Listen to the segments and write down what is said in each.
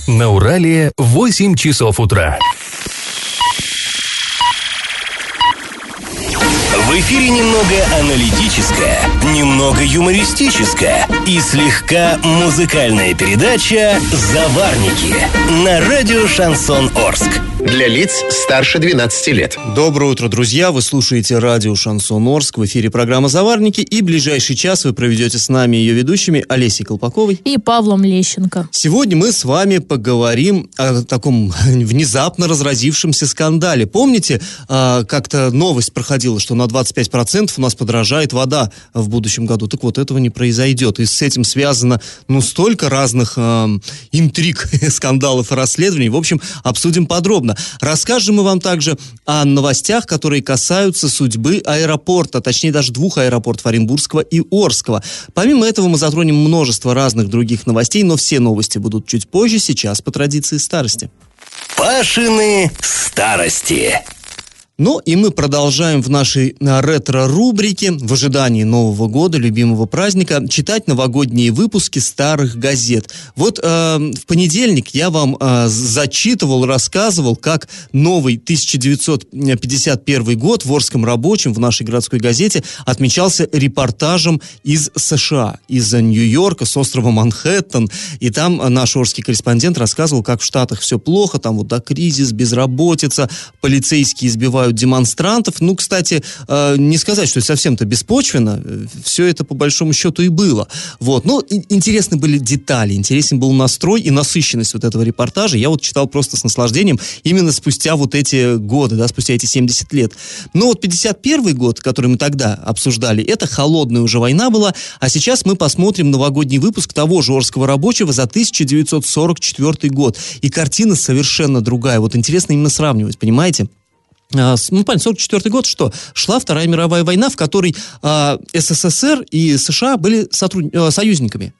На Урале 8 часов утра. В эфире немного аналитическая, немного юмористическая и слегка музыкальная передача «Заварники» на радио «Шансон Орск». Для лиц старше 12 лет. Доброе утро, друзья! Вы слушаете радио «Шансон Орск». В эфире программа «Заварники». И ближайший час вы проведете с нами ее ведущими Олесей Колпаковой и Павлом Лещенко. Сегодня мы с вами поговорим о таком внезапно разразившемся скандале. Помните, как-то новость проходила, что на 25% у нас подорожает вода в будущем году? Так вот, этого не произойдет. И с этим связано, столько разных интриг, скандалов и расследований. В общем, обсудим подробно. Расскажем мы вам также о новостях, которые касаются судьбы аэропорта, точнее даже двух аэропортов, Оренбургского и Орского. Помимо этого мы затронем множество разных других новостей, но все новости будут чуть позже, сейчас по традиции старости. Пашины старости. И мы продолжаем в нашей ретро-рубрике в ожидании Нового года, любимого праздника, читать новогодние выпуски старых газет. Вот в понедельник я вам зачитывал, рассказывал, как новый 1951 год в Орском рабочем, в нашей городской газете, отмечался репортажем из США, из Нью-Йорка, с острова Манхэттен. И там наш орский корреспондент рассказывал, как в Штатах все плохо, там кризис, безработица, полицейские избивают демонстрантов. Кстати, не сказать, что это совсем-то беспочвенно. Все это, по большому счету, и было. Интересны были детали, интересен был настрой и насыщенность этого репортажа. Я читал просто с наслаждением именно спустя эти годы, спустя эти 70 лет. 51 год, который мы тогда обсуждали, это холодная уже война была, а сейчас мы посмотрим новогодний выпуск того же Орского рабочего за 1944 год. И картина совершенно другая. Интересно именно сравнивать, понимаете? 44 год, что? Шла Вторая мировая война, в которой СССР и США были союзниками.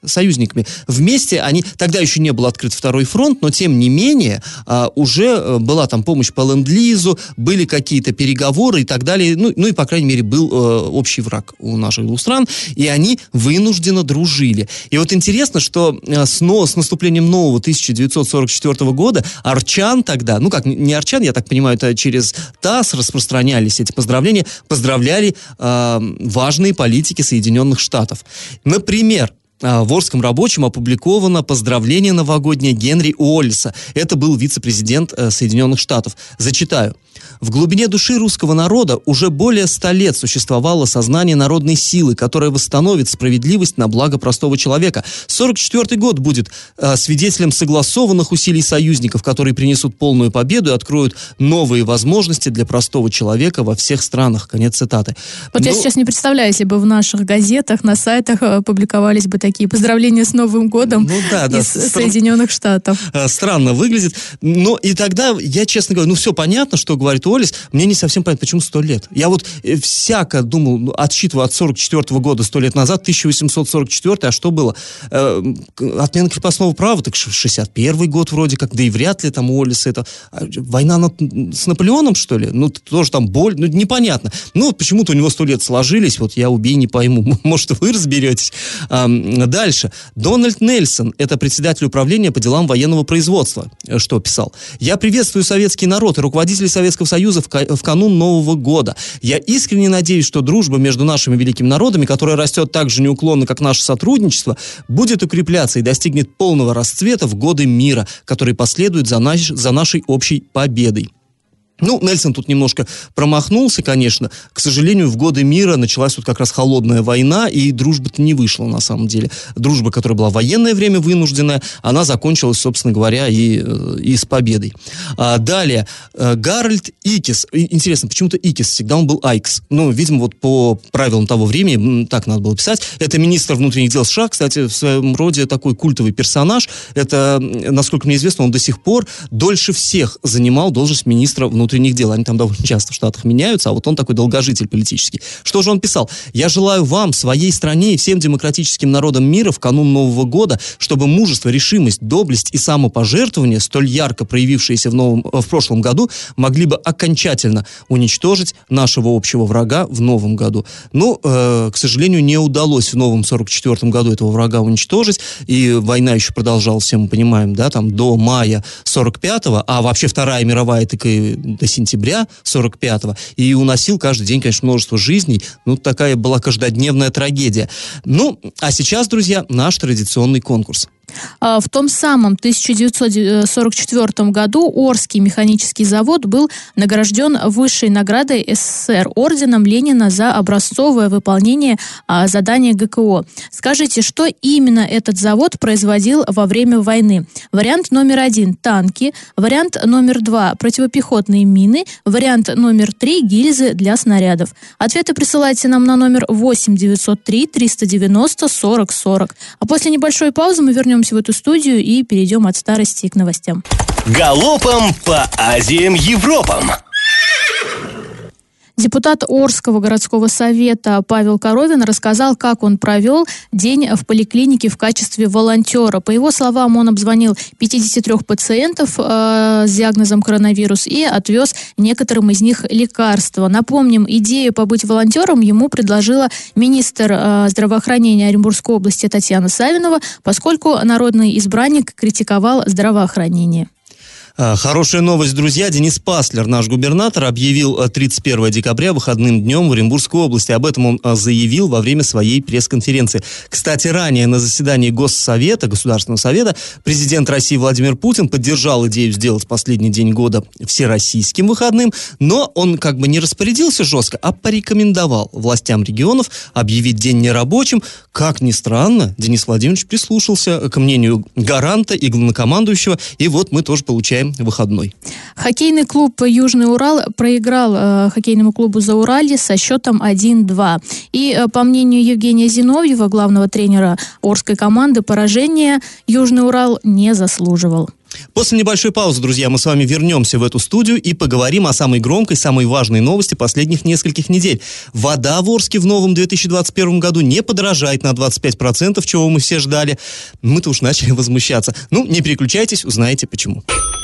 Вместе они... Тогда еще не был открыт Второй фронт, но тем не менее уже была там помощь по ленд-лизу, были какие-то переговоры и так далее. И, по крайней мере, был общий враг у наших двух стран, и они вынужденно дружили. И интересно, что с наступлением нового 1944 года Арчан тогда, не Арчан, я так понимаю, это через ТАСС распространялись эти поздравления, поздравляли важные политики Соединенных Штатов. Например, в Орском рабочем опубликовано поздравление новогоднее Генри Уоллеса. Это был вице-президент Соединенных Штатов. Зачитаю. В глубине души русского народа уже более 100 лет существовало сознание народной силы, которое восстановит справедливость на благо простого человека. 44-й год будет свидетелем согласованных усилий союзников, которые принесут полную победу и откроют новые возможности для простого человека во всех странах. Конец цитаты. Я сейчас не представляю, если бы в наших газетах, на сайтах публиковались бы такие поздравления с Новым годом из Соединенных Штатов. Странно выглядит. И тогда я, честно говоря, все понятно, что говорит Уоллес, мне не совсем понятно, почему 100 лет. Я всяко думал, отсчитываю от 44 года 100 лет назад, 1844, а что было? Отмена крепостного права, так 61 год вроде как, да и вряд ли там Уоллес это... Война с Наполеоном, что ли? Тоже там боль, непонятно. Почему-то у него 100 лет сложились, я убей, не пойму. Может, вы разберетесь. Дальше. Дональд Нельсон, это председатель управления по делам военного производства, что писал. «Я приветствую советский народ и руководителей Советского Союза в канун Нового года. Я искренне надеюсь, что дружба между нашими великими народами, которая растет так же неуклонно, как наше сотрудничество, будет укрепляться и достигнет полного расцвета в годы мира, которые последуют за нашей общей победой». Нельсон тут немножко промахнулся, конечно. К сожалению, в годы мира началась как раз холодная война, и дружба-то не вышла, на самом деле. Дружба, которая была в военное время вынужденная, она закончилась, собственно говоря, и с победой. Далее. Гарольд Икес. Интересно, почему-то Икес, всегда он был Айкс. Видимо, по правилам того времени, так надо было писать. Это министр внутренних дел США, кстати, в своем роде такой культовый персонаж. Это, насколько мне известно, он до сих пор дольше всех занимал должность министра внутренних внутренних дел. Они там довольно часто в Штатах меняются, а вот он такой долгожитель политический. Что же он писал? «Я желаю вам, своей стране и всем демократическим народам мира в канун Нового года, чтобы мужество, решимость, доблесть и самопожертвование, столь ярко проявившиеся в прошлом году, могли бы окончательно уничтожить нашего общего врага в новом году». Ну, к сожалению, не удалось в новом 44-м году этого врага уничтожить, и война еще продолжалась, все мы понимаем, да, там до мая 45-го, а вообще Вторая мировая так и до сентября 45-го, и уносил каждый день, конечно, множество жизней. Ну, такая была каждодневная трагедия. Ну, а сейчас, друзья, наш традиционный конкурс. В том самом 1944 году Орский механический завод был награжден высшей наградой СССР орденом Ленина за образцовое выполнение задания ГКО. Скажите, что именно этот завод производил во время войны? Вариант номер 1 – танки, вариант номер 2 – противопехотные мины, вариант номер 3 – гильзы для снарядов. Ответы присылайте нам на номер 8 903 390 40 40. А после небольшой паузы мы вернемся в эту студию и перейдем от старости к новостям. Галопом по Азиям, Европам! Депутат Орского городского совета Павел Коровин рассказал, как он провел день в поликлинике в качестве волонтера. По его словам, он обзвонил 53 пациентов с диагнозом коронавирус и отвез некоторым из них лекарства. Напомним, идею побыть волонтером ему предложила министр здравоохранения Оренбургской области Татьяна Савинова, поскольку народный избранник критиковал здравоохранение. Хорошая новость, друзья. Денис Паслер, наш губернатор, объявил 31 декабря выходным днем в Оренбургской области. Об этом он заявил во время своей пресс-конференции. Кстати, ранее на заседании Госсовета, Государственного совета, президент России Владимир Путин поддержал идею сделать последний день года всероссийским выходным, но он как бы не распорядился жестко, а порекомендовал властям регионов объявить день нерабочим. Как ни странно, Денис Владимирович прислушался к мнению гаранта и главнокомандующего, и вот мы тоже получаем выходной. Хоккейный клуб «Южный Урал» проиграл хоккейному клубу «Зауралье» со счетом 1-2. И, по мнению Евгения Зиновьева, главного тренера Орской команды, поражение «Южный Урал» не заслуживал. После небольшой паузы, друзья, мы с вами вернемся в эту студию и поговорим о самой громкой, самой важной новости последних нескольких недель. Вода в Орске в новом 2021 году не подорожает на 25%, чего мы все ждали. Мы-то уж начали возмущаться. Ну, не переключайтесь, узнаете почему.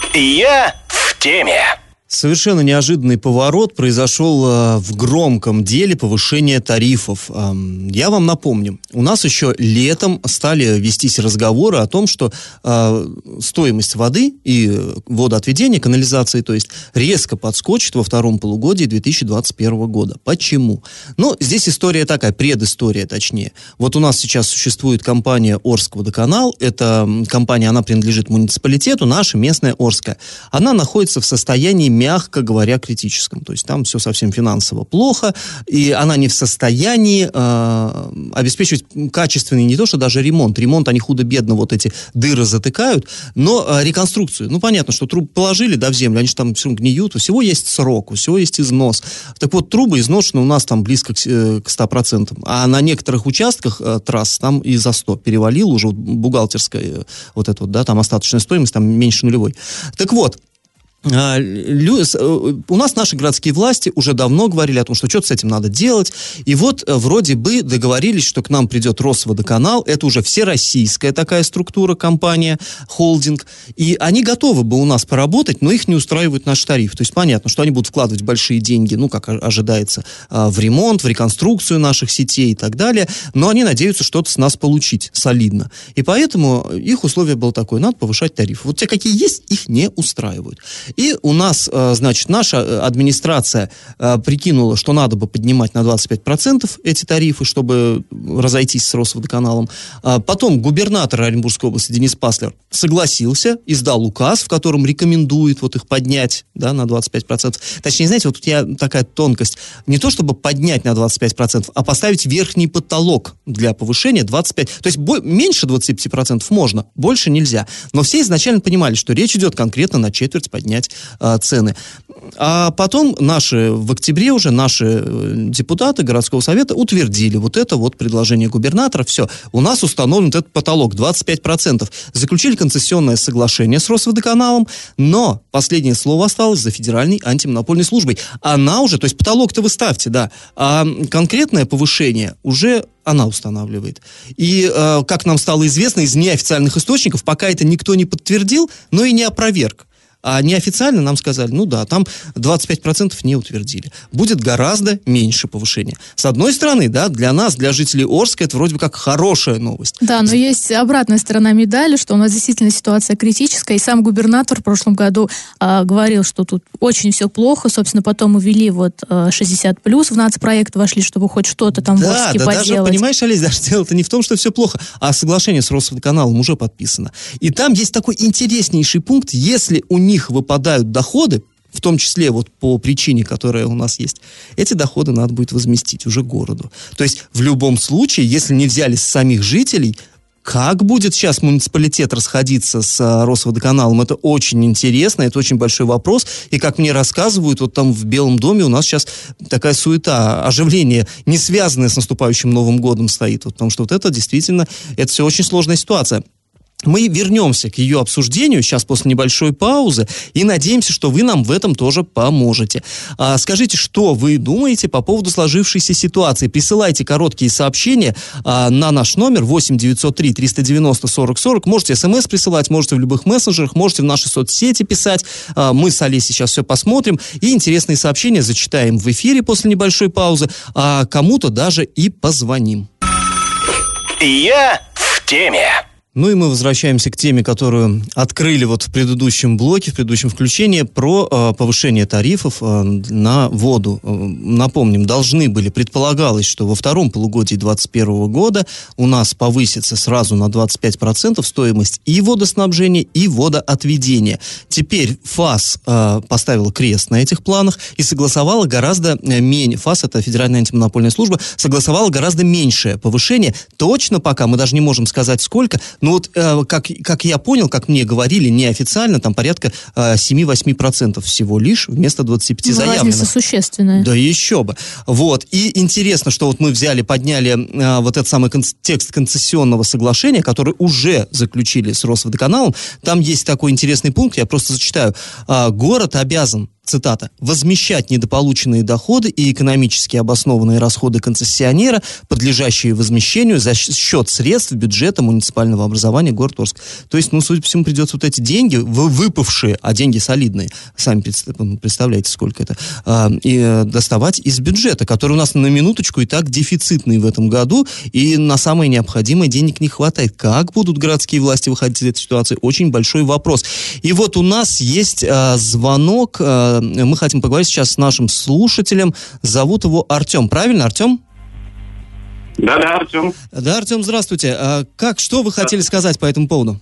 Я в теме. Совершенно неожиданный поворот произошел в громком деле повышения тарифов. Я вам напомню, у нас еще летом стали вестись разговоры о том, что стоимость воды и водоотведения, канализации, то есть, резко подскочит во втором полугодии 2021 года. Почему? Ну, здесь история такая, предыстория точнее. Вот у нас сейчас существует компания Орскводоканал. Эта компания, она принадлежит муниципалитету, наша местная Орская. Она находится в состоянии, мягко говоря, критическом. То есть там все совсем финансово плохо, и она не в состоянии обеспечивать качественный, не то что даже ремонт. Ремонт они худо-бедно вот эти дыры затыкают, но реконструкцию. Ну, понятно, что трубы положили, да, в землю, они же там все гниют, у всего есть срок, у всего есть износ. Так вот, трубы изношены у нас там близко к 100%. А на некоторых участках трасс там и за 100 перевалил уже бухгалтерская вот эта вот, да, там остаточная стоимость, там меньше нулевой. Так вот, у нас наши городские власти уже давно говорили о том, что что-то с этим надо делать, и вот вроде бы договорились, что к нам придет Росводоканал, это уже всероссийская такая структура, компания, холдинг, и они готовы бы у нас поработать, но их не устраивает наш тариф. То есть понятно, что они будут вкладывать большие деньги, ну, как ожидается, в ремонт, в реконструкцию наших сетей и так далее, но они надеются что-то с нас получить солидно. И поэтому их условие было такое, надо повышать тариф. Вот те, какие есть, их не устраивают. И у нас, значит, наша администрация прикинула, что надо бы поднимать на 25% эти тарифы, чтобы разойтись с Росводоканалом. Потом губернатор Оренбургской области Денис Паслер согласился, издал указ, в котором рекомендует вот их поднять, да, на 25%. Точнее, знаете, вот у тебя такая тонкость. Не то, чтобы поднять на 25%, а поставить верхний потолок для повышения 25%. То есть меньше 25% можно, больше нельзя. Но все изначально понимали, что речь идет конкретно на четверть поднять поднять цены. А потом в октябре уже наши депутаты городского совета утвердили вот это вот предложение губернатора. Все, у нас установлен этот потолок 25%. Заключили концессионное соглашение с Росводоканалом, но последнее слово осталось за Федеральной антимонопольной службой. Она уже, то есть потолок-то вы ставьте, да, а конкретное повышение уже она устанавливает. И, как нам стало известно из неофициальных источников, пока это никто не подтвердил, но и не опроверг. А неофициально нам сказали, ну да, там 25% не утвердили. Будет гораздо меньше повышения. С одной стороны, да, для нас, для жителей Орска, это вроде бы как хорошая новость. Да, но есть обратная сторона медали, что у нас действительно ситуация критическая. И сам губернатор в прошлом году говорил, что тут очень все плохо. Собственно, потом увели 60+, в нацпроект вошли, чтобы хоть что-то там в Орске поделать. Даже, понимаешь, Олесь, даже дело-то не в том, что все плохо, а соглашение с Росводоканалом уже подписано. И там есть такой интереснейший пункт, если у них выпадают доходы, в том числе вот по причине, которая у нас есть, эти доходы надо будет возместить уже городу. То есть в любом случае, если не взяли с самих жителей, как будет сейчас муниципалитет расходиться с Росводоканалом, это очень интересно, это очень большой вопрос. И как мне рассказывают, вот там в Белом доме у нас сейчас такая суета, оживление, не связанное с наступающим Новым годом стоит. Вот, потому что вот это действительно, это все очень сложная ситуация. Мы вернемся к ее обсуждению сейчас после небольшой паузы и надеемся, что вы нам в этом тоже поможете. Скажите, что вы думаете по поводу сложившейся ситуации. Присылайте короткие сообщения на наш номер 8 903 390 40 40. Можете смс присылать, можете в любых мессенджерах, можете в наши соцсети писать. Мы с Олесей сейчас все посмотрим и интересные сообщения зачитаем в эфире после небольшой паузы, а кому-то даже и позвоним. Я в теме. Ну и мы возвращаемся к теме, которую открыли вот в предыдущем блоке, в предыдущем включении, про повышение тарифов на воду. Напомним, предполагалось, что во втором полугодии 2021 года у нас повысится сразу на 25% стоимость и водоснабжения, и водоотведения. Теперь ФАС поставила крест на этих планах и согласовала гораздо меньше. ФАС, это Федеральная антимонопольная служба, согласовала гораздо меньшее повышение. Точно пока мы даже не можем сказать сколько. Ну вот, как я понял, как мне говорили неофициально, там порядка 7-8% всего лишь вместо 25 заявленных. Разница существенная. Да еще бы. Вот. И интересно, что вот мы подняли вот этот самый текст концессионного соглашения, который уже заключили с Росводоканалом. Там есть такой интересный пункт, я просто зачитаю. Город обязан, цитата, возмещать недополученные доходы и экономически обоснованные расходы концессионера, подлежащие возмещению за счет средств бюджета муниципального образования город Орск. То есть, судя по всему, придется вот эти деньги, выпавшие, а деньги солидные, сами представляете, сколько это, и доставать из бюджета, который у нас на минуточку и так дефицитный в этом году, и на самое необходимое денег не хватает. Как будут городские власти выходить из этой ситуации? Очень большой вопрос. И вот у нас есть звонок. Мы хотим поговорить сейчас с нашим слушателем. Зовут его Артем. Правильно, Артем? Да, Артем. Да, Артем, здравствуйте. Что вы хотели сказать по этому поводу?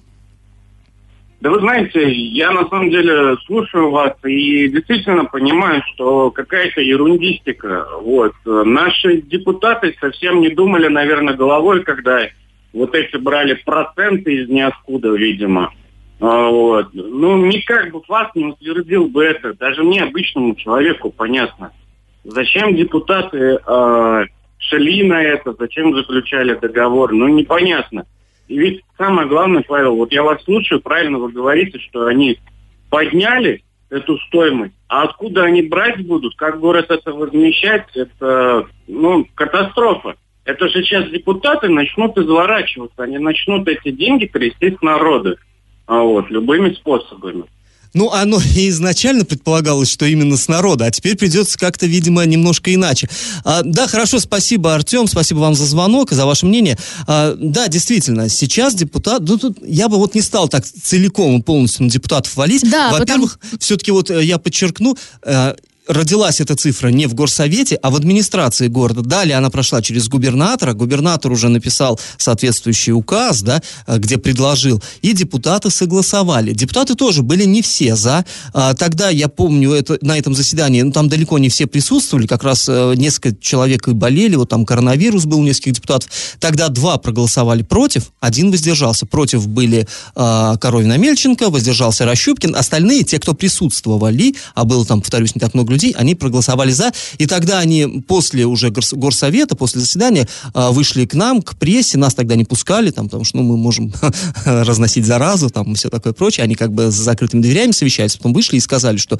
Да вы знаете, я на самом деле слушаю вас и действительно понимаю, что какая-то ерундистика. Вот. Наши депутаты совсем не думали, наверное, головой, когда вот эти брали проценты из ниоткуда, видимо. Вот. Никак бы ФАС не утвердил бы это. Даже мне, обычному человеку, понятно. Зачем депутаты шли на это, зачем заключали договор? Непонятно. И ведь самое главное, Павел, вот я вас слушаю, правильно вы говорите, что они подняли эту стоимость, а откуда они брать будут, как город это возмещать, это, катастрофа. Это же сейчас депутаты начнут изворачиваться, они начнут эти деньги трясти с народа. Любыми способами. Оно и изначально предполагалось, что именно с народа, а теперь придется как-то, видимо, немножко иначе. Да, хорошо, спасибо, Артем, спасибо вам за звонок и за ваше мнение. Да, действительно, сейчас депутат, тут я бы не стал так целиком и полностью на депутатов валить. Да, во-первых, все-таки я подчеркну, родилась эта цифра не в горсовете, а в администрации города. Далее она прошла через губернатора. Губернатор уже написал соответствующий указ, да, где предложил. И депутаты согласовали. Депутаты тоже были не все за. Тогда, я помню, на этом заседании, там далеко не все присутствовали. Как раз несколько человек и болели. Вот там коронавирус был у нескольких депутатов. Тогда 2 проголосовали против, 1 воздержался. Против были Коровин-Амельченко, воздержался Рощупкин. Остальные, те, кто присутствовали, а было там, повторюсь, не так много людей, они проголосовали за. И тогда они после уже горсовета, после заседания, вышли к нам, к прессе. Нас тогда не пускали, там, потому что мы можем разносить заразу, там, и все такое прочее. Они как бы с закрытыми дверями совещались. Потом вышли и сказали, что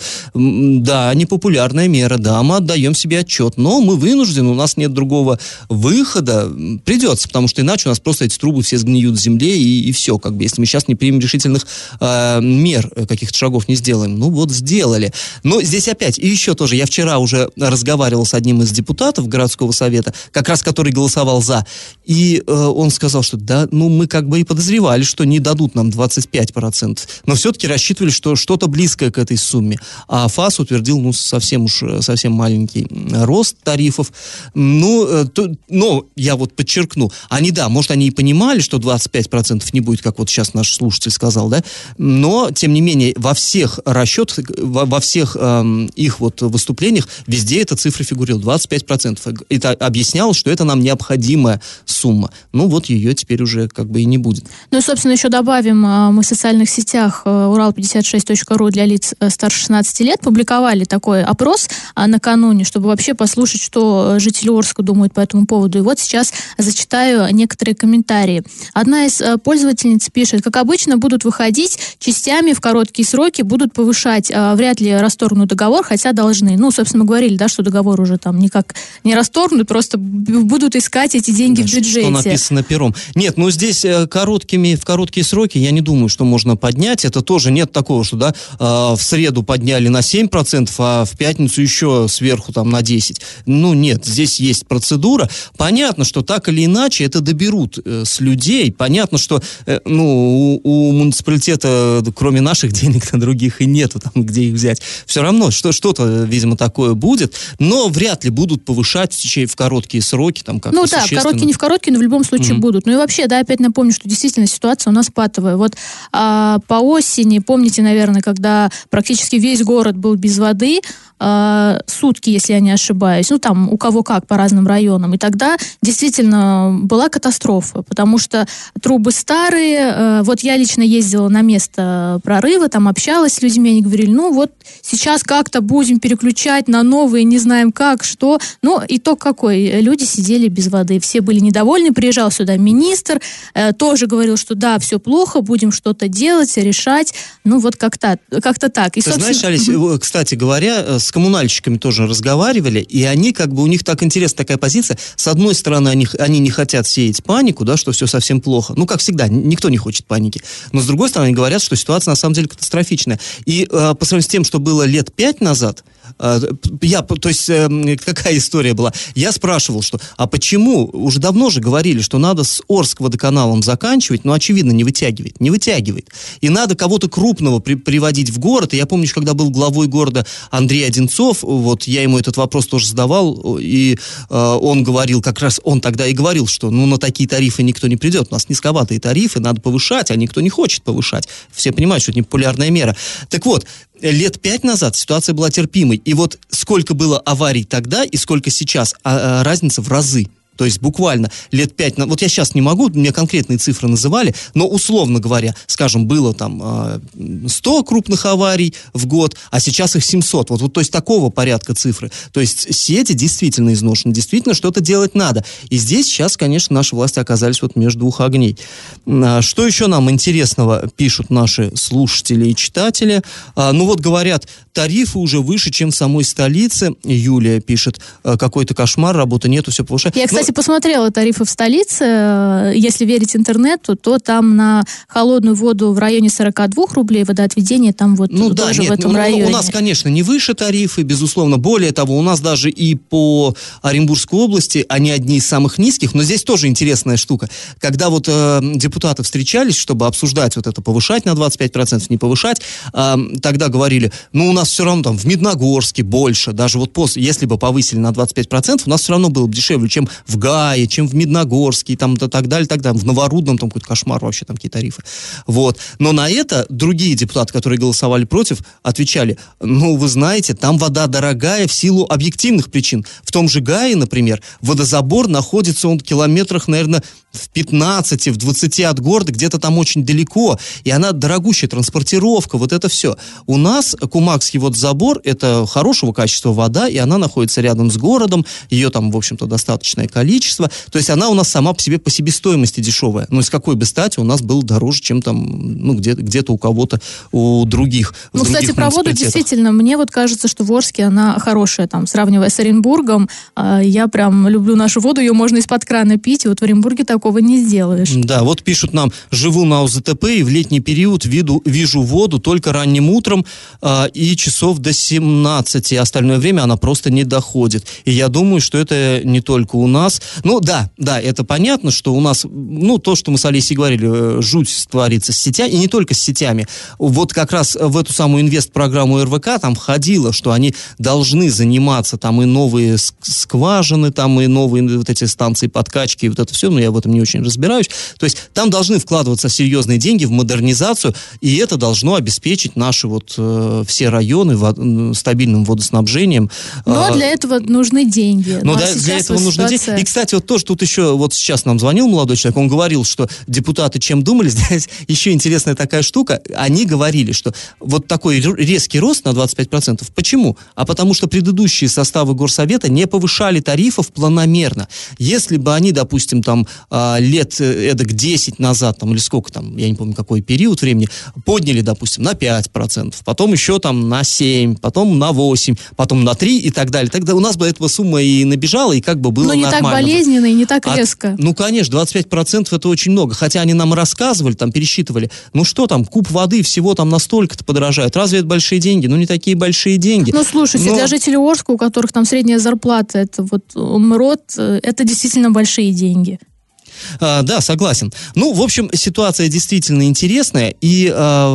да, непопулярная мера, да, мы отдаем себе отчет, но мы вынуждены, у нас нет другого выхода. Придется, потому что иначе у нас просто эти трубы все сгниют в земле, и все, как бы, если мы сейчас не примем решительных мер, каких-то шагов не сделаем. Ну вот, сделали. Но здесь опять, и еще тоже, я вчера уже разговаривал с одним из депутатов городского совета, как раз который голосовал за, и он сказал, что да, ну мы как бы и подозревали, что не дадут нам 25%, но все-таки рассчитывали, что что-то близкое к этой сумме. А ФАС утвердил, ну, совсем маленький рост тарифов. Ну, но я вот подчеркну, они, да, может, они и понимали, что 25% не будет, как вот сейчас наш слушатель сказал, да, но, тем не менее, во всех расчетах, во всех их вот выступлениях везде эта цифра фигурировала, 25%. Это объяснялось, что это нам необходимая сумма. Ну, вот ее теперь уже как бы и не будет. Ну и, собственно, еще добавим, мы в социальных сетях урал56.ру для лиц старше 16 лет публиковали такой опрос накануне, чтобы вообще послушать, что жители Орска думают по этому поводу. И вот сейчас зачитаю некоторые комментарии. Одна из пользовательниц пишет: как обычно, будут выходить частями в короткие сроки, будут повышать, вряд ли расторгнут договор, хотя должны. Ну, собственно, мы говорили, да, что договор уже там никак не расторгнут, просто будут искать эти деньги, да, в бюджете. Что написано пером. Нет, ну здесь в короткие сроки я не думаю, что можно поднять. Это тоже нет такого, что, да, в среду подняли на 7%, а в пятницу еще сверху там на 10%. Ну, нет, здесь есть процедура. Понятно, что так или иначе это доберут с людей. Понятно, что у муниципалитета, кроме наших денег, других и нету, там, где их взять. Все равно что-то, видимо, такое будет, но вряд ли будут повышать в короткие сроки. Там, как-то да, в короткие, не в короткие, но в любом случае будут. Ну и вообще, да, опять напомню, что действительно ситуация у нас патовая. Вот по осени, помните, наверное, когда практически весь город был без воды, сутки, если я не ошибаюсь, ну там у кого как по разным районам, и тогда действительно была катастрофа, потому что трубы старые, вот я лично ездила на место прорыва, там общалась с людьми, они говорили, ну вот сейчас как-то будем переключать на новые, не знаем как, что, но итог какой, люди сидели без воды, все были недовольны, приезжал сюда министр, тоже говорил, что да, все плохо, будем что-то делать, решать, ну вот как-то так. И, ты знаешь, Алис, кстати говоря, с коммунальщиками тоже разговаривали, и они, как бы, у них так интересна такая позиция. С одной стороны, они не хотят сеять панику, да, что все совсем плохо. Ну, как всегда, никто не хочет паники. Но, с другой стороны, они говорят, что ситуация на самом деле катастрофичная. И по сравнению с тем, что было лет 5 назад, какая история была? Я спрашивал, что, а почему? Уже давно же говорили, что надо с Орск-водоканалом заканчивать, но, очевидно, не вытягивает. И надо кого-то крупного приводить в город. И я помню, когда был главой города Андрей Одинцов, вот я ему этот вопрос тоже задавал, и он говорил, как раз он тогда и говорил, что на такие тарифы никто не придет. У нас низковатые тарифы, надо повышать, а никто не хочет повышать. Все понимают, что это непопулярная мера. Так вот, лет 5 назад ситуация была терпимой. И вот сколько было аварий тогда и сколько сейчас, разница в разы. То есть буквально лет 5, вот я сейчас не могу, мне конкретные цифры называли, но условно говоря, скажем, было там 100 крупных аварий в год, а сейчас их 700. Вот, то есть такого порядка цифры. То есть сети действительно изношены, действительно что-то делать надо. И здесь сейчас, конечно, наши власти оказались вот между двух огней. Что еще нам интересного пишут наши слушатели и читатели? Ну вот говорят, тарифы уже выше, чем в самой столице. Юлия пишет, какой-то кошмар, работы нету, все повышает. Я, кстати, кстати, посмотрела тарифы в столице. Если верить интернету, то там на холодную воду в районе 42 рублей, водоотведение там вот тоже в этом районе. У нас, конечно, не выше тарифы, безусловно. Более того, у нас даже и по Оренбургской области они одни из самых низких. Но здесь тоже интересная штука. Когда вот депутаты встречались, чтобы обсуждать вот это, повышать на 25%, не повышать, тогда говорили, у нас все равно там в Медногорске больше, даже вот если бы повысили на 25%, у нас все равно было бы дешевле, чем в Гае, чем в Медногорске, там, и так далее, в Новорудном там какой-то кошмар вообще, там какие тарифы. Вот. Но на это другие депутаты, которые голосовали против, отвечали, вы знаете, там вода дорогая в силу объективных причин. В том же Гае, например, водозабор находится он в километрах, наверное, в 15, в 20 от города, где-то там очень далеко, и она дорогущая, транспортировка, вот это все. У нас Кумакский водозабор, это хорошего качества вода, и она находится рядом с городом, ее там, в общем-то, достаточное количество, то есть она у нас сама по себестоимости дешевая, но с какой бы стати у нас было дороже, чем там, где-то у кого-то, у других. Кстати, про воду действительно, мне вот кажется, что в Орске она хорошая, там, сравнивая с Оренбургом, я прям люблю нашу воду, ее можно из-под крана пить, и вот в Оренбурге такого не сделаешь. Да, вот пишут нам, живу на ОЗТП, и в летний период вижу воду только ранним утром и часов до 17, остальное время она просто не доходит. И я думаю, что это не только у нас. Да, это понятно, что у нас, то, что мы с Олесей говорили, жуть творится с сетями, и не только с сетями. Вот как раз в эту самую инвест-программу РВК там входило, что они должны заниматься там и новые скважины, там и новые вот эти станции подкачки, и вот это все, но я в этом не очень разбираюсь. То есть там должны вкладываться серьезные деньги в модернизацию, и это должно обеспечить наши все районы стабильным водоснабжением. Но для этого нужны деньги. Для этого нужны деньги. И, кстати, вот тоже тут еще, вот сейчас нам звонил молодой человек, он говорил, что депутаты чем думали, здесь еще интересная такая штука, они говорили, что вот такой резкий рост на 25%. Почему? Потому что предыдущие составы Горсовета не повышали тарифов планомерно. Если бы они, допустим, там лет эдак 10 назад, там, или сколько там, я не помню, какой период времени, подняли, допустим, на 5%, потом еще там на 7%, потом на 8%, потом на 3% и так далее. Тогда у нас бы эта сумма и набежала, и как бы было нормально. Но не так болезненно и не так резко. Конечно, 25% это очень много. Хотя они нам рассказывали, там, пересчитывали, что там, куб воды всего там настолько-то подорожает. Разве это большие деньги? Не такие большие деньги. Слушайте, для жителей Орска, у которых там средняя зарплата, это вот МРОТ, это действительно большие деньги. Да, согласен. В общем, ситуация действительно интересная, и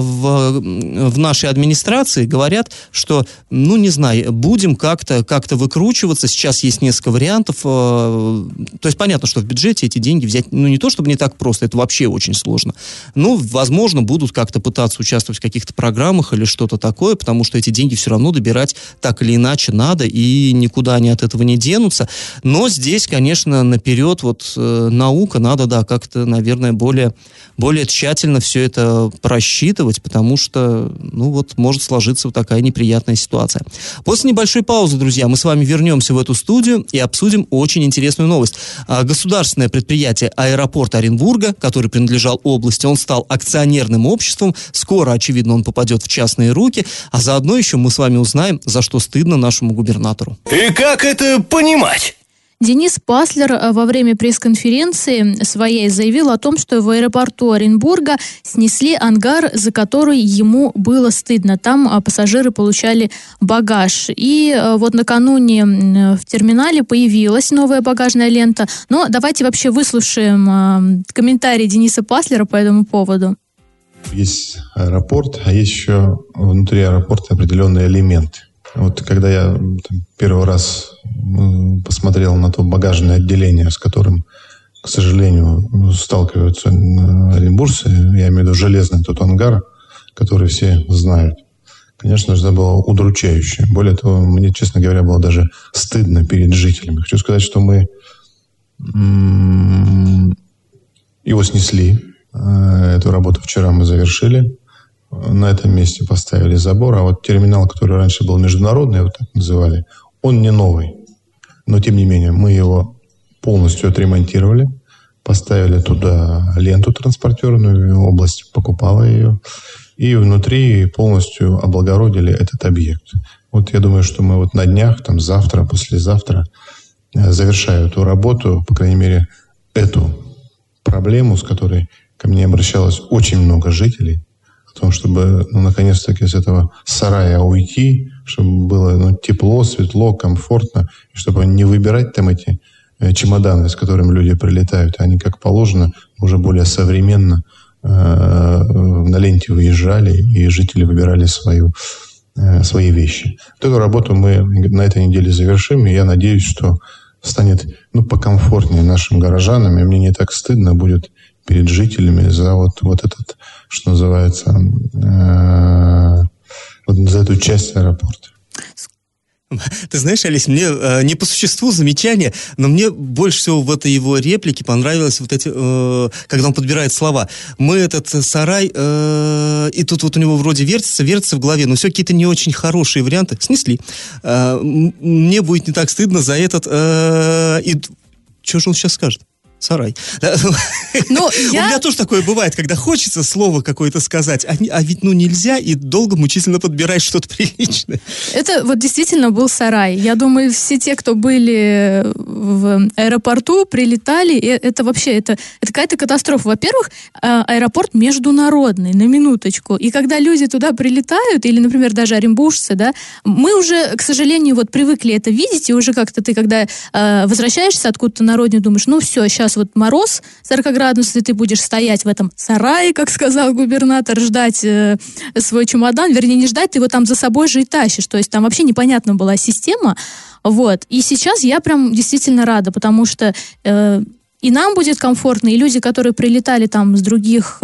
в нашей администрации говорят, что, не знаю, будем как-то выкручиваться. Сейчас есть несколько вариантов. То есть понятно, что в бюджете эти деньги взять, не то чтобы не так просто, это вообще очень сложно. Возможно, будут как-то пытаться участвовать в каких-то программах или что-то такое, потому что эти деньги все равно добирать так или иначе надо, и никуда они от этого не денутся. Но здесь, конечно, наперед наука, надо, как-то, наверное, более тщательно все это просчитывать, потому что, может сложиться вот такая неприятная ситуация. После небольшой паузы, друзья, мы с вами вернемся в эту студию и обсудим очень интересную новость. Государственное предприятие «Аэропорт Оренбурга», который принадлежал области, он стал акционерным обществом. Скоро, очевидно, он попадет в частные руки, а заодно еще мы с вами узнаем, за что стыдно нашему губернатору. И как это понимать? Денис Паслер во время пресс-конференции своей заявил о том, что в аэропорту Оренбурга снесли ангар, за который ему было стыдно. Там пассажиры получали багаж. И вот накануне в терминале появилась новая багажная лента. Но давайте вообще выслушаем комментарий Дениса Паслера по этому поводу. Есть аэропорт, а есть еще внутри аэропорта определенные элементы. Вот когда я первый раз посмотрел на то багажное отделение, с которым, к сожалению, сталкиваются оренбуржцы, я имею в виду железный тот ангар, который все знают, конечно же, это было удручающе. Более того, мне, честно говоря, было даже стыдно перед жителями. Хочу сказать, что мы его снесли. Эту работу вчера мы завершили. На этом месте поставили забор, а вот терминал, который раньше был международный, вот так называли, он не новый. Но, тем не менее, мы его полностью отремонтировали, поставили туда ленту транспортерную, область покупала ее, и внутри полностью облагородили этот объект. Вот я думаю, что мы вот на днях, завтра, послезавтра завершаю эту работу, по крайней мере, эту проблему, с которой ко мне обращалось очень много жителей, о том, чтобы, наконец-таки с этого сарая уйти, чтобы было тепло, светло, комфортно, чтобы не выбирать там эти чемоданы, с которыми люди прилетают, они, как положено, уже более современно на ленте выезжали, и жители выбирали свои вещи. Вот эту работу мы на этой неделе завершим, и я надеюсь, что станет покомфортнее нашим горожанам, и мне не так стыдно будет перед жителями за вот этот, что называется, за эту часть аэропорта. Ты знаешь, Олесь, мне не по существу замечание, но мне больше всего в этой его реплике понравилось вот эти, когда он подбирает слова. Мы этот сарай, и тут вот у него вроде вертится в голове, но все какие-то не очень хорошие варианты. Снесли. Мне будет не так стыдно за этот... И что же он сейчас скажет? Сарай. У меня тоже такое бывает, когда хочется слово какое-то сказать, а ведь нельзя, и долго мучительно подбираешь что-то приличное. Это вот действительно был сарай. Я думаю, все те, кто были в аэропорту, прилетали, это вообще, это какая-то катастрофа. Во-первых, аэропорт международный, на минуточку. И когда люди туда прилетают, или, например, даже оренбуржцы, да, мы уже, к сожалению, вот привыкли это видеть, и уже как-то ты, когда возвращаешься откуда-то на родину, думаешь, все, сейчас вот мороз 40-градусный, ты будешь стоять в этом сарае, как сказал губернатор, ждать свой чемодан, вернее, не ждать, ты его там за собой же и тащишь, то есть там вообще непонятна была система, вот, и сейчас я прям действительно рада, потому что и нам будет комфортно, и люди, которые прилетали там с других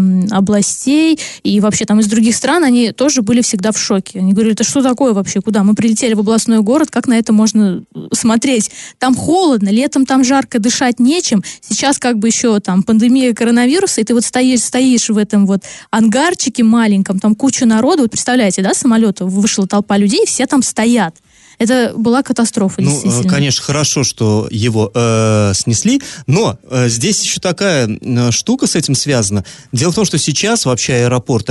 областей и вообще там из других стран, они тоже были всегда в шоке. Они говорили, это что такое вообще, куда? Мы прилетели в областной город, как на это можно смотреть? Там холодно, летом там жарко, дышать нечем. Сейчас как бы еще там пандемия коронавируса, и ты вот стоишь в этом вот ангарчике маленьком, там куча народу. Вот представляете, да, самолет, вышла толпа людей, все там стоят. Это была катастрофа, действительно. Конечно, хорошо, что его снесли, но здесь еще такая штука с этим связана. Дело в том, что сейчас вообще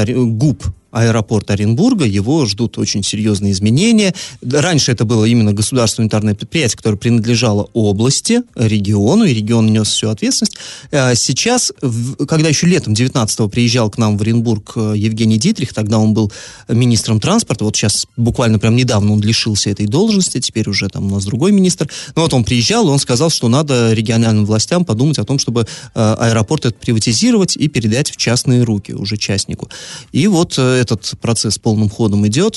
ГУП аэропорт Оренбурга, его ждут очень серьезные изменения. Раньше это было именно государственное унитарное предприятие, которое принадлежало области, региону, и регион нес всю ответственность. Сейчас, когда еще летом 19-го приезжал к нам в Оренбург Евгений Дитрих, тогда он был министром транспорта, вот сейчас буквально прям недавно он лишился этой должности, теперь уже там у нас другой министр. Но вот он приезжал, и он сказал, что надо региональным властям подумать о том, чтобы аэропорт этот приватизировать и передать в частные руки, уже частнику. И вот этот процесс полным ходом идет.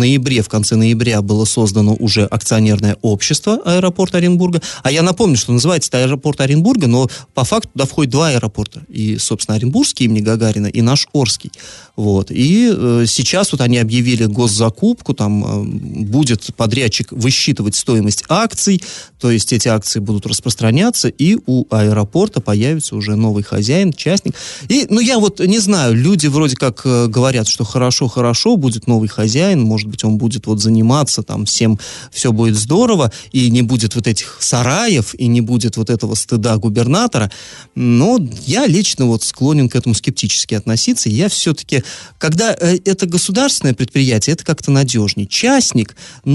В конце ноября было создано уже акционерное общество аэропорта Оренбурга. А я напомню, что называется это аэропорт Оренбурга, но по факту туда входит два аэропорта. И, собственно, Оренбургский имени Гагарина, и наш Орский. Вот. И сейчас вот они объявили госзакупку, там будет подрядчик высчитывать стоимость акций, то есть эти акции будут распространяться, и у аэропорта появится уже новый хозяин, частник. И, я вот не знаю, люди вроде как говорят, что хорошо, будет новый хозяин, может быть, он будет вот заниматься там всем, все будет здорово, и не будет вот этих сараев, и не будет вот этого стыда губернатора, но я лично вот склонен к этому скептически относиться, я все-таки, когда это государственное предприятие, это как-то надежнее. Частник, у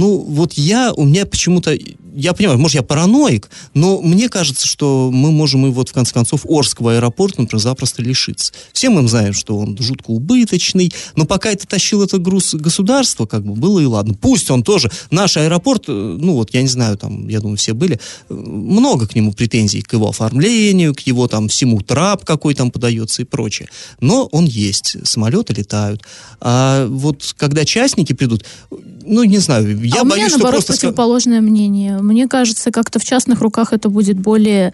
меня почему-то, я понимаю, может, я параноик, но мне кажется, что мы можем и вот, в конце концов, Орского аэропорта, например, запросто лишиться. Все мы знаем, что он жутко убыточный, но пока это тащил это груз государства, как бы было и ладно. Пусть он тоже, наш аэропорт, я не знаю, там, я думаю, все были, много к нему претензий, к его оформлению, к его там всему трап, какой там подается и прочее. Но он есть, самолеты летают. А вот когда частники придут, не знаю, я боюсь, что просто... у меня, наоборот, противоположное мнение. Мне кажется, как-то в частных руках это будет более...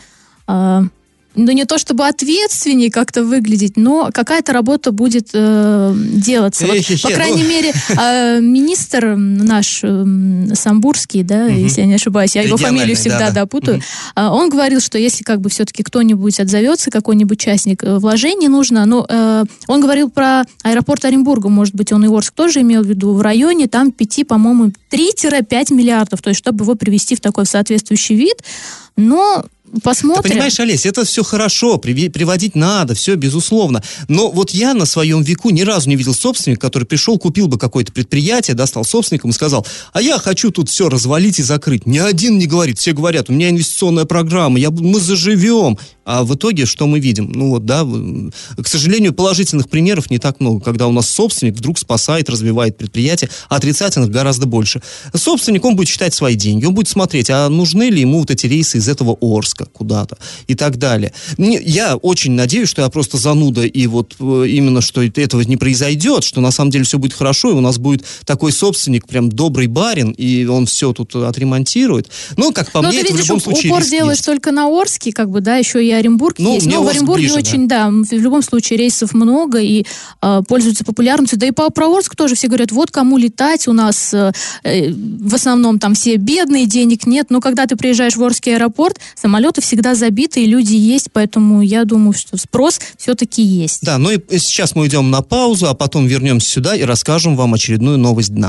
не то чтобы ответственнее как-то выглядеть, но какая-то работа будет делаться. По крайней мере, министр наш Самбурский, да, если я не ошибаюсь, я его фамилию всегда путаю, он говорил, что если как бы все-таки кто-нибудь отзовется, какой-нибудь частник, вложений нужно, он говорил про аэропорт Оренбурга, может быть, он и Орск тоже имел в виду, в районе там 3-5 миллиардов, то есть чтобы его привести в такой соответствующий вид, но Посмотрим. Ты понимаешь, Олесь, это все хорошо, приводить надо, все безусловно. Но вот я на своем веку ни разу не видел собственника, который пришел, купил бы какое-то предприятие, да, стал собственником и сказал: а я хочу тут все развалить и закрыть. Ни один не говорит. Все говорят: у меня инвестиционная программа, мы заживем. А в итоге что мы видим? Ну вот, да, к сожалению, положительных примеров не так много, когда у нас собственник вдруг спасает, развивает предприятие, а отрицательных гораздо больше. Собственник, он будет считать свои деньги, он будет смотреть, а нужны ли ему вот эти рейсы из этого Орска куда-то и так далее. Я очень надеюсь, что я просто зануда, и вот именно, что этого не произойдет, что на самом деле все будет хорошо, и у нас будет такой собственник, прям добрый барин, и он все тут отремонтирует. Но, как по мне, это в любом случае упор риск делаешь есть. только на Орске, как бы, да, еще и Оренбург есть. Но в Оренбурге ближе, очень, да, в любом случае рейсов много и пользуются популярностью. Да и про Орск тоже все говорят: вот кому летать, у нас в основном там все бедные, денег нет. Но когда ты приезжаешь в Орский аэропорт, самолеты всегда забиты, и люди есть, поэтому я думаю, что спрос все-таки есть. Да, ну и сейчас мы идем на паузу, а потом вернемся сюда и расскажем вам очередную новость дна.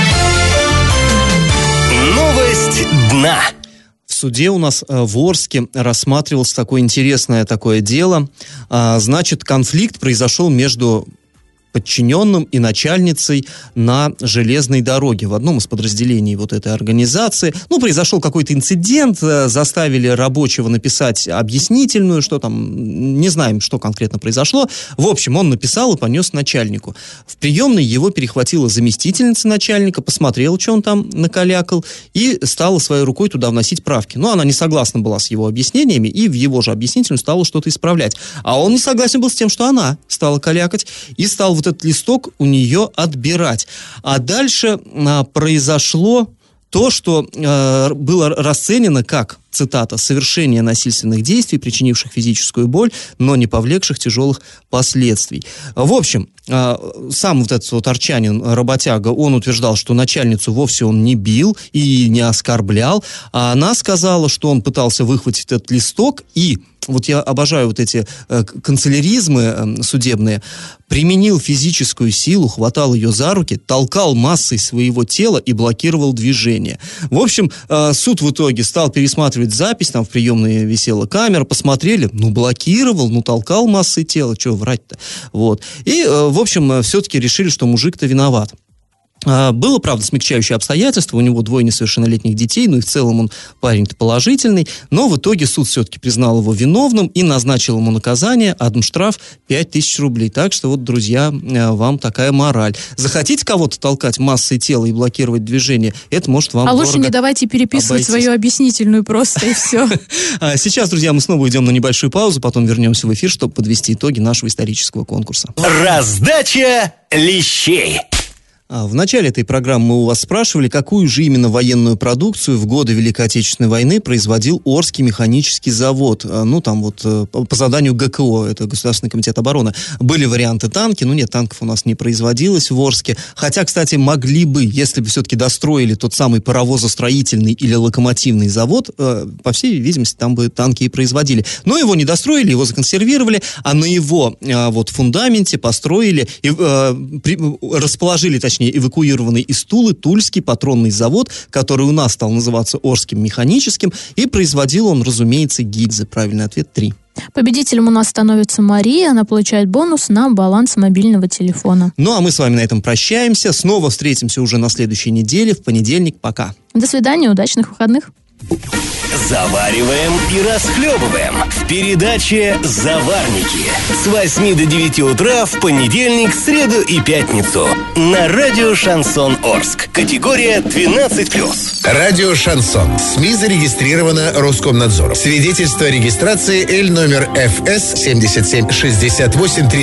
Новость дна. В суде у нас в Орске рассматривалось такое интересное дело. Значит, конфликт произошел между подчиненным и начальницей на железной дороге в одном из подразделений вот этой организации. Произошел какой-то инцидент, заставили рабочего написать объяснительную, что там, не знаем, что конкретно произошло. В общем, он написал и понес начальнику. В приемной его перехватила заместительница начальника, посмотрела, что он там накалякал, и стала своей рукой туда вносить правки. Но она не согласна была с его объяснениями, и в его же объяснительную стала что-то исправлять. А он не согласен был с тем, что она стала калякать, и стал вот этот листок у нее отбирать. А дальше произошло то, что было расценено как, цитата, «совершение насильственных действий, причинивших физическую боль, но не повлекших тяжелых последствий». В общем, сам вот этот арчанин, работяга, он утверждал, что начальницу вовсе он не бил и не оскорблял, а она сказала, что он пытался выхватить этот листок и, вот я обожаю вот эти канцеляризмы судебные, применил физическую силу, хватал ее за руки, толкал массой своего тела и блокировал движение. В общем, суд в итоге стал пересматривать запись, там в приемной висела камера, посмотрели, блокировал, толкал массой тела, чего врать-то. Вот. И, в общем, все-таки решили, что мужик-то виноват. Было, правда, смягчающее обстоятельство, у него 2 несовершеннолетних детей, и в целом он парень-то положительный, но в итоге суд все-таки признал его виновным и назначил ему наказание, адмштраф 5000 рублей. Так что вот, друзья, вам такая мораль. Захотите кого-то толкать массой тела и блокировать движение, это может вам дорого лучше не давайте переписывать свою объяснительную просто, и все. Сейчас, друзья, мы снова идем на небольшую паузу, потом вернемся в эфир, чтобы подвести итоги нашего исторического конкурса. Раздача лещей. В начале этой программы мы у вас спрашивали, какую же именно военную продукцию в годы Великой Отечественной войны производил Орский механический завод. По заданию ГКО, это Государственный комитет обороны. Были варианты танки, нет, танков у нас не производилось в Орске. Хотя, кстати, могли бы, если бы все-таки достроили тот самый паровозостроительный или локомотивный завод, по всей видимости, там бы танки и производили. Но его не достроили, его законсервировали, а на его фундаменте построили и расположили, точнее, эвакуированный из Тулы Тульский патронный завод, который у нас стал называться Орским механическим, и производил он, разумеется, гильзы. Правильный ответ 3. Победителем у нас становится Мария, она получает бонус на баланс мобильного телефона. А мы с вами на этом прощаемся, снова встретимся уже на следующей неделе, в понедельник. Пока. До свидания, удачных выходных. Завариваем и расхлебываем в передаче «Заварники» с 8 до 9 утра в понедельник, среду и пятницу на радио «Шансон Орск». Категория 12+. Радио «Шансон». СМИ зарегистрировано Роскомнадзором. Свидетельство о регистрации Л номер ФС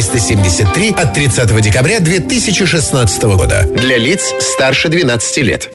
7768373 от 30 декабря 2016 года. Для лиц старше 12 лет.